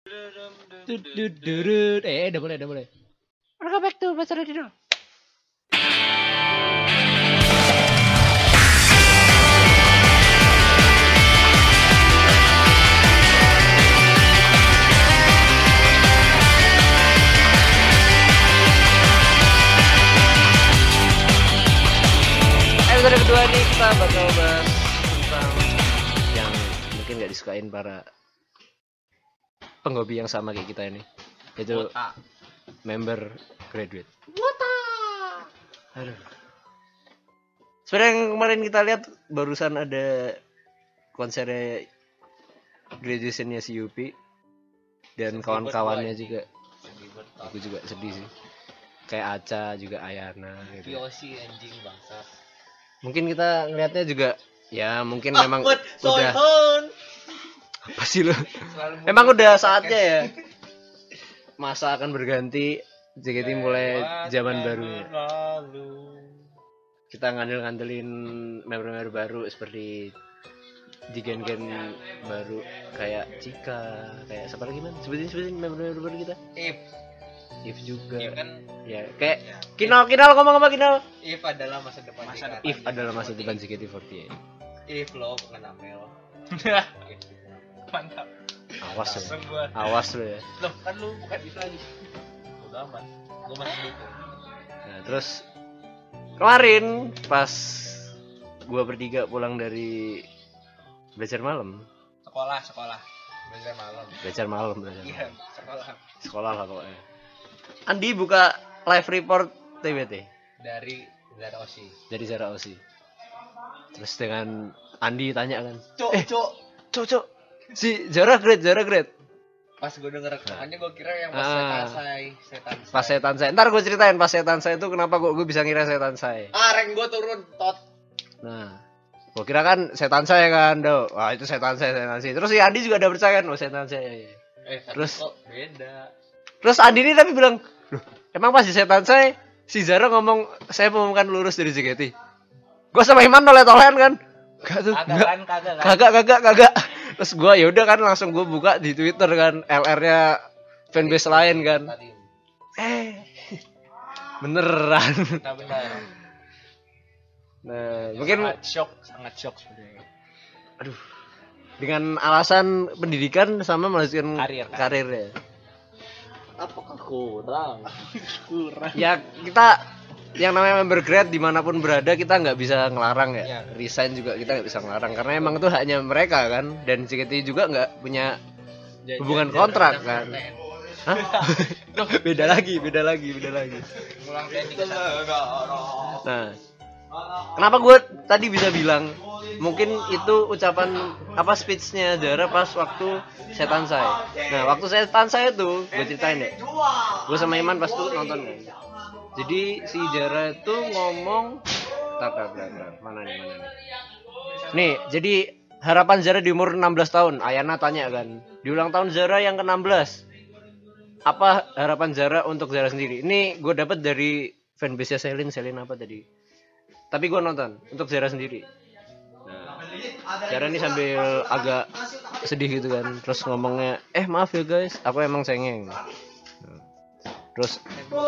Udah mulai. Welcome back to Master Radio. Episode kedua nih kita bakal bahas tentang yang mungkin gak disukain para penghobi yang sama kayak kita ini, yaitu member graduate. Aduh. Sebenarnya yang kemarin kita lihat barusan ada konser graduationnya si Yupi dan kawan-kawannya juga. Aku juga sedih sih. Kayak Aca juga Ayana gitu. Yoshi anjing bangsat. Mungkin kita ngelihatnya juga ya mungkin memang udah apa sih lu? Emang udah saatnya ya. Masa akan berganti, JKT mulai zaman barunya. Kita ngandelin member-member baru seperti di gen-gen baru kayak Cika, kayak siapa lagi man? Sebutin member-member baru kita. If juga. If kan ya kayak Kinal ngomong apa Kinal? If adalah masa depan. If adalah masa depan JKT48. If lo bukan Amel. Mantap. Awas lu ya. Loh, kan lu bukan itu lagi. Udah aman. Gua masih gitu. Nah, terus kemarin pas gua bertiga pulang dari belajar malam. Sekolah. Belajar malam. Iya, Sekolah lah pokoknya. Andi buka live report TBT dari Zara Osi. Terus dengan Andi tanya kan, Cok, si Zara grade. Pas gue denger rekamannya gue kira yang setan say. Pas setan saya. Ntar gue ceritain pas setan saya itu kenapa gue bisa ngira setan saya. Rank gue turun tot. Nah, gue kira kan setan saya kan, wah itu setan saya. Terus si Andi juga udah percaya kan, setan saya. Terus kok beda. Terus Andi ini tapi bilang, loh, emang pas di setan saya, si Zara ngomong saya mengumumkan lulus dari JKT. Gue sama Iman tolen kan. Kagak. Terus gue ya udah kan langsung gue buka di Twitter kan LR-nya fanbase lain kan. Beneran. Nah, benar. Nah, mungkin sangat shock sebenarnya. Aduh. Dengan alasan pendidikan sama melanjutkan karirnya. Apakah kurang? Ya kita yang namanya member grad dimanapun berada kita nggak bisa ngelarang ya. Resign juga kita nggak bisa ngelarang karena emang itu haknya mereka kan, dan JKT juga nggak punya hubungan kontrak kan. Hah? beda lagi. Nah, kenapa gue tadi bisa bilang mungkin itu ucapan apa speech-nya Zara pas waktu setan saya. Nah, waktu setan saya tuh gue ceritain deh. Gue sama Iman pas tuh nonton kan. Jadi si Zara itu ngomong mana nih. Nih, jadi harapan Zara di umur 16 tahun. Ayana tanya kan, di ulang tahun Zara yang ke-16. Apa harapan Zara untuk Zara sendiri? Ini gue dapat dari fanbase-nya Selin apa tadi? Tapi gue nonton untuk Zara sendiri. Nah, Zara ini sambil agak sedih gitu kan. Terus ngomongnya, maaf ya guys, aku emang cengeng. Terus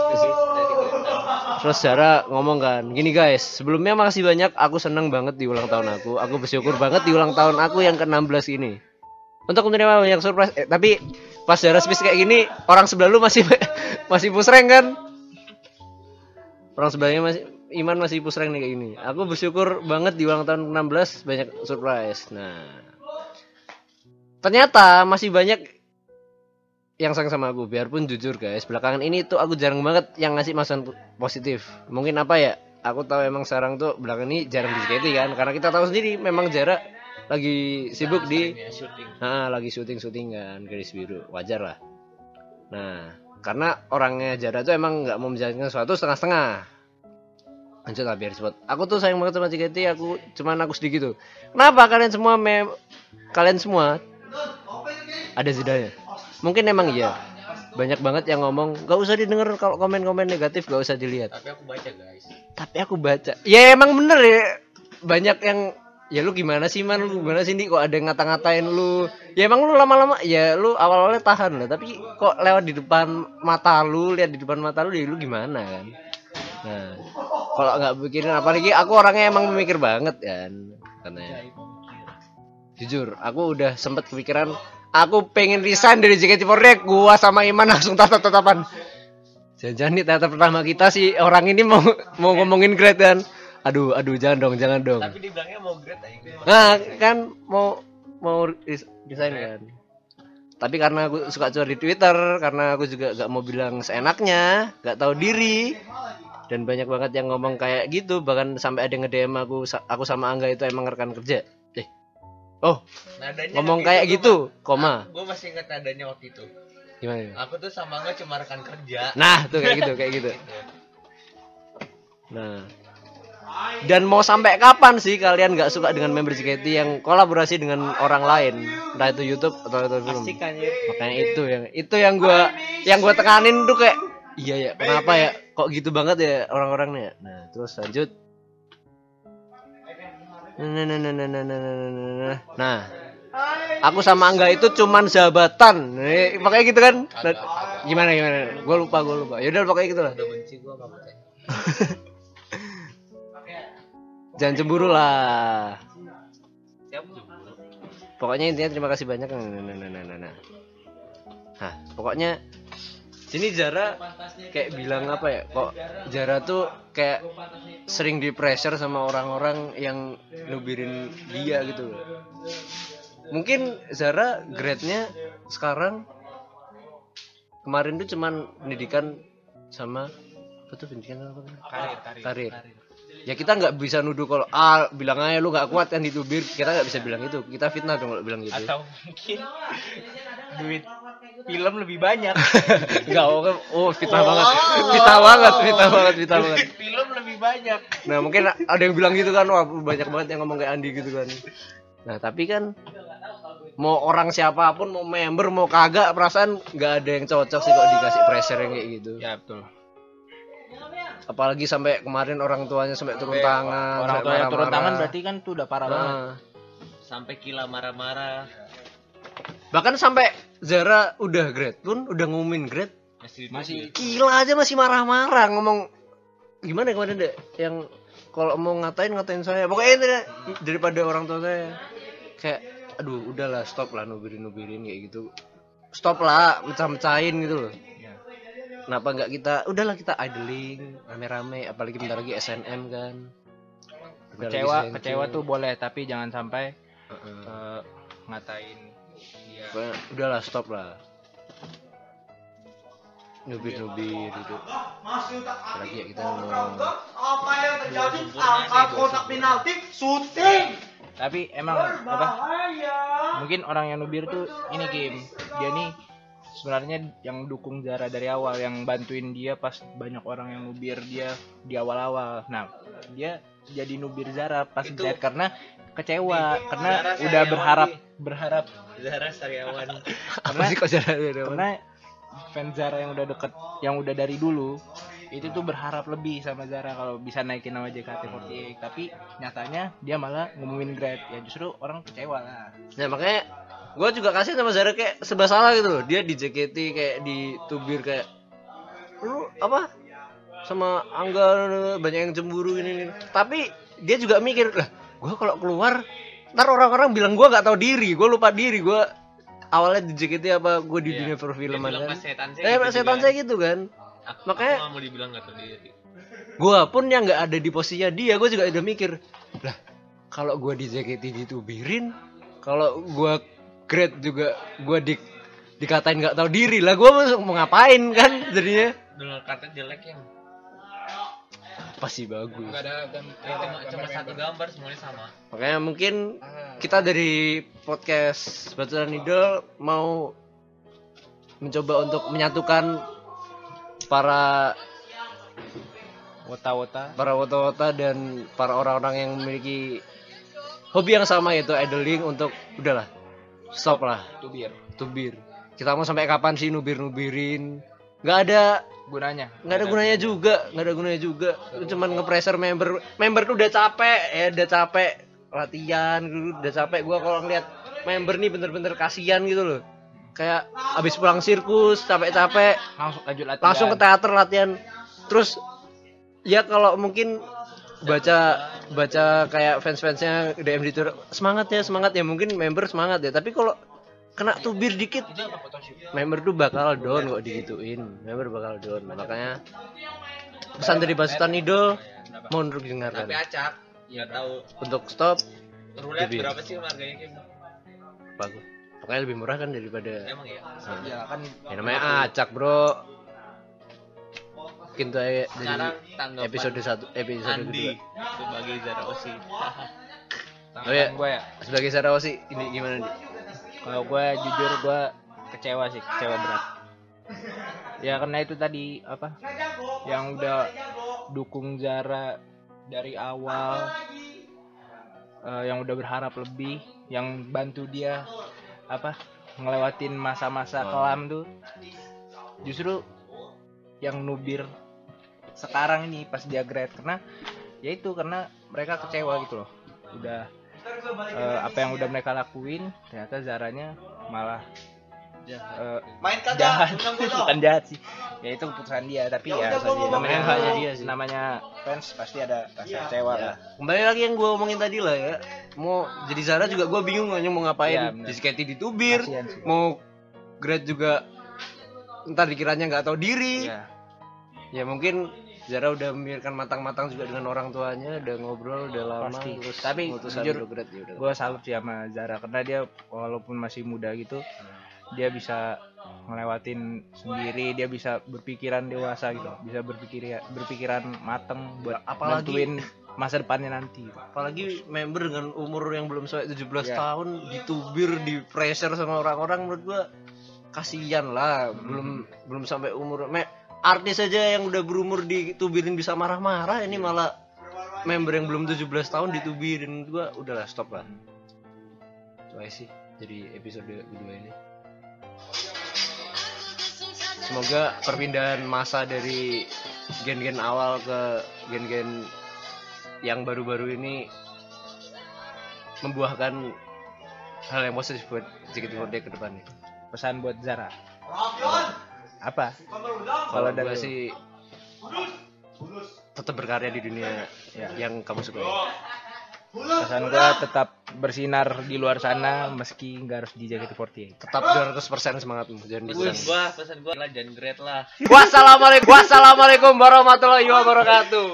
Zara ngomong kan, gini guys, sebelumnya makasih banyak, aku seneng banget di ulang tahun aku bersyukur banget di ulang tahun aku yang ke-16 ini untuk menerima banyak surprise. Tapi pas Zara speech kayak gini, orang sebelah lu masih pusreng kan? Orang sebelahnya Iman masih pusreng nih kayak gini. Aku bersyukur banget di ulang tahun ke-16 banyak surprise. Nah, ternyata masih banyak yang sayang sama aku. Biarpun jujur guys, belakangan ini tuh aku jarang banget yang ngasih masukan positif. Mungkin apa ya, aku tahu emang sekarang tuh belakangan ini jarang di JKT kan, karena kita tahu sendiri memang Zara lagi sibuk lagi syuting kan, Garis Biru, wajar lah. Nah, karena orangnya Zara tuh emang nggak mau menjalankan sesuatu setengah-setengah. Lanjut lah biar cepet. Aku tuh sayang banget sama JKT, aku sedih gitu. Kenapa kalian semua ada jedanya? Mungkin emang iya. Banyak banget yang ngomong, gak usah didengar kalau komen-komen negatif, gak usah dilihat. Tapi aku baca guys. Ya emang bener ya. Banyak ya lu gimana sih man, lu gimana sih kok ada yang ngata-ngatain lu. Ya emang lu lama-lama ya lu awal-awalnya tahan lah, tapi kok lewat di depan mata lu, lihat di depan mata lu ya lu gimana kan. Nah kalau nggak mikirin, apalagi aku orangnya emang memikir banget kan katanya. Jujur aku udah sempet kepikiran aku pengen resign dari JKT48, gua sama Iman langsung tatap-tatapan. Jangan-jangan nih tatap pertama kita sih orang ini mau ngomongin grade kan. Aduh jangan dong. Tapi dibilangnya mau grade aja. Nah, kan mau desain kan. Tapi karena aku suka curhat di Twitter, karena aku juga gak mau bilang seenaknya, gak tahu diri. Dan banyak banget yang ngomong kayak gitu, bahkan sampai ada yang nge-DM aku sama Angga itu emang rekan kerja. Nadanya Ngomong kayak gitu, koma. Gue masih ingat nadanya waktu itu. Gimana? Aku tuh sama Angga cuma rekan kerja. Nah, tuh kayak gitu. Nah, dan mau sampai kapan sih kalian nggak suka dengan member JKT yang kolaborasi dengan orang lain, entah itu YouTube atau itu film? Asik kan ya. Makanya itu yang gue tekanin tuh kayak iya ya, kenapa ya kok gitu banget ya orang-orangnya. Nah terus lanjut. Nah aku sama Angga itu cuman sahabatan, makanya gitu kan. Gimana gue lupa yaudah pokoknya gitu lah. Udah benci gue sama kamu. Jangan cemburu lah. Siapa cemburu? Pokoknya intinya terima kasih banyak. Nah, pokoknya sini Zara kayak bilang apa ya? Kok Zara tuh kayak sering di pressure sama orang-orang yang nubirin dia gitu loh. Mungkin Zara grade-nya sekarang kemarin tuh cuman pendidikan sama apa tuh pendidikan apa? Karir. Ya kita nggak bisa nuduh kalau bilang aja lu nggak kuat kan ditubir, kita nggak bisa bilang itu, kita fitnah dong kalau bilang gitu. Atau mungkin duit film lebih banyak. Enggak, fitnah banget. Film lebih banyak. Nah mungkin ada yang bilang gitu kan, wah banyak banget yang ngomong kayak Andi gitu kan. Nah tapi kan mau orang siapapun, mau member mau kagak, perasaan nggak ada yang cocok sih kok dikasih pressure yang kayak gitu. Ya betul. Apalagi sampai kemarin orang tuanya sampai turun tangan. Orang tuanya turun tangan berarti kan tuh udah parah banget. Sampai Kila marah-marah. Bahkan sampai Zara udah grade pun, udah ngumumin grade, Masih Kila aja masih marah-marah ngomong gimana kemarin deh yang kalau mau ngatain saya. Pokoknya itu deh, daripada orang tua saya kayak aduh udahlah stop lah nubirin kayak gitu. Stop lah mecah-mecahin gitu loh. Kenapa nggak udahlah kita idling rame-rame, apalagi bentar lagi SNM kan. Kecewa tuh boleh, tapi jangan sampai ngatain dia. Udahlah stop lah. Nubir gitu. Lagi ya kita apa yang terjadi angkat kotak penalti syuting. Tapi emang apa? Mungkin orang yang nubir tuh ini Kim. Dia nih sebenarnya yang dukung Zara dari awal, yang bantuin dia pas banyak orang yang nubir dia di awal-awal. Nah, dia jadi nubir Zara pas Zara karena kecewa, karena Zara udah berharap Zara Sariawan. karena fans Zara yang udah deket, yang udah dari dulu itu tuh berharap lebih sama Zara kalau bisa naikin nama JKT48, tapi nyatanya dia malah ngumumin grade, ya justru orang kecewa lah. Nah makanya gue juga kasih sama Zara kayak serba salah gitu loh. Dia di JKT kayak ditubir kayak lu apa sama Angga banyak yang cemburu ini. Tapi dia juga mikir lah, gue kalau keluar ntar orang-orang bilang gue nggak tahu diri, gue lupa diri, gue awalnya di JKT apa gue di dunia perfilman kan. Setan saya gitu kan. Makanya mau dibilang nggak tahu diri. Gue pun yang nggak ada di posisinya dia, gue juga udah mikir lah kalau gue di JKT ditubirin, kalau gue grade juga gue dikatain nggak tahu diri lah, gue mau ngapain kan jadinya. Dengar kata jelek yang pasti bagus. nggak ada cuma satu gambar semuanya sama. Makanya mungkin kita dari podcast Baturan Idol mau mencoba untuk menyatukan para wota-wota dan para orang-orang yang memiliki hobi yang sama, yaitu idoling, untuk udahlah stop lah tubir. Kita mau sampai kapan sih nubirin? Nggak ada gunanya juga. Cuman nge-pressure member tuh udah capek latihan gitu, udah capek gue kalau ngeliat member nih bener-bener kasihan gitu loh. Kayak abis pulang sirkus capek-capek langsung ke teater latihan. Terus ya kalau mungkin baca kayak fans-fansnya DM di Twitter semangat ya mungkin member semangat ya, tapi kalau kena tubir dikit member tuh bakal down kok digituin. Member bakal down. Makanya pesan dari Basutan Idol mohon untuk didengarkan. Tapi acak, nggak tahu. Untuk stop Roulette lebih. berapa sih harganya Kim? Bagus. Pokoknya lebih murah kan daripada Emang ya? Ya kan ya namanya acak, Bro. Mungkin tuh dari Sekarang tanggapan episode 1 episode Andi kedua. sebagai Zaraosi. Oh ya, gue ya. sebagai Sarawasi ini gimana nih? Kalau gue jujur gue kecewa berat. Ya karena itu tadi apa? Yang udah dukung Zara dari awal, yang udah berharap lebih, yang bantu dia apa? Ngelewatin masa-masa kelam tuh. Justru yang nubir sekarang ini pas dia grade karena mereka kecewa gitu loh. Udah apa yang udah mereka lakuin ternyata Zaranya malah Main kagak? jahat. Undang gua dong. Bukan jahat sih, ya itu keputusan dia, tapi Ya ya udah, gua ngomong. Namanya haknya dia sih. namanya fans pasti ada rasa kecewa lah. Kembali lagi yang gue omongin tadi lah ya. Mau jadi Zara juga gue bingung hanya mau ngapain. Iya, bener. Disketi ditubir, Kasian sih. mau grade juga ntar dikiranya nggak tahu diri. Ya, Ya mungkin Zara udah memikirkan matang-matang juga dengan orang tuanya, udah ngobrol udah lama, Pasti. terus Tapi memutuskan jujur, untuk grade ya udah. gue salut sih sama Zara karena dia walaupun masih muda gitu, dia bisa ngelewatin sendiri, dia bisa berpikiran dewasa gitu, bisa berpikiran mateng buat Apalagi- nentuin masa depannya nanti. Apalagi member dengan umur yang belum sampai 17 Iya. tahun ditubir, di pressure sama orang-orang, menurut gua kasihan lah. Belum sampai umur artis aja yang udah berumur ditubirin bisa marah-marah, ini malah member yang belum 17 tahun ditubirin. Menurut gua udahlah, stop lah. Itu aja sih jadi episode kedua ini. Semoga perpindahan masa dari gen-gen awal ke gen-gen yang baru-baru ini membuahkan hal yang positif buat JKT48 ke depannya. Pesan buat Zara Ramyon, apa? bukan berundang. Kalau dari gue lu. sih tetap berkarya di dunia yang kamu sukai. Pesan gue tetap bersinar di luar sana meski nggak harus di JKT48. Tetap 200% semangatmu, jangan dikurang. Pesan gua lah jangan grade lah. Wassalamualaikum warahmatullahi wabarakatuh.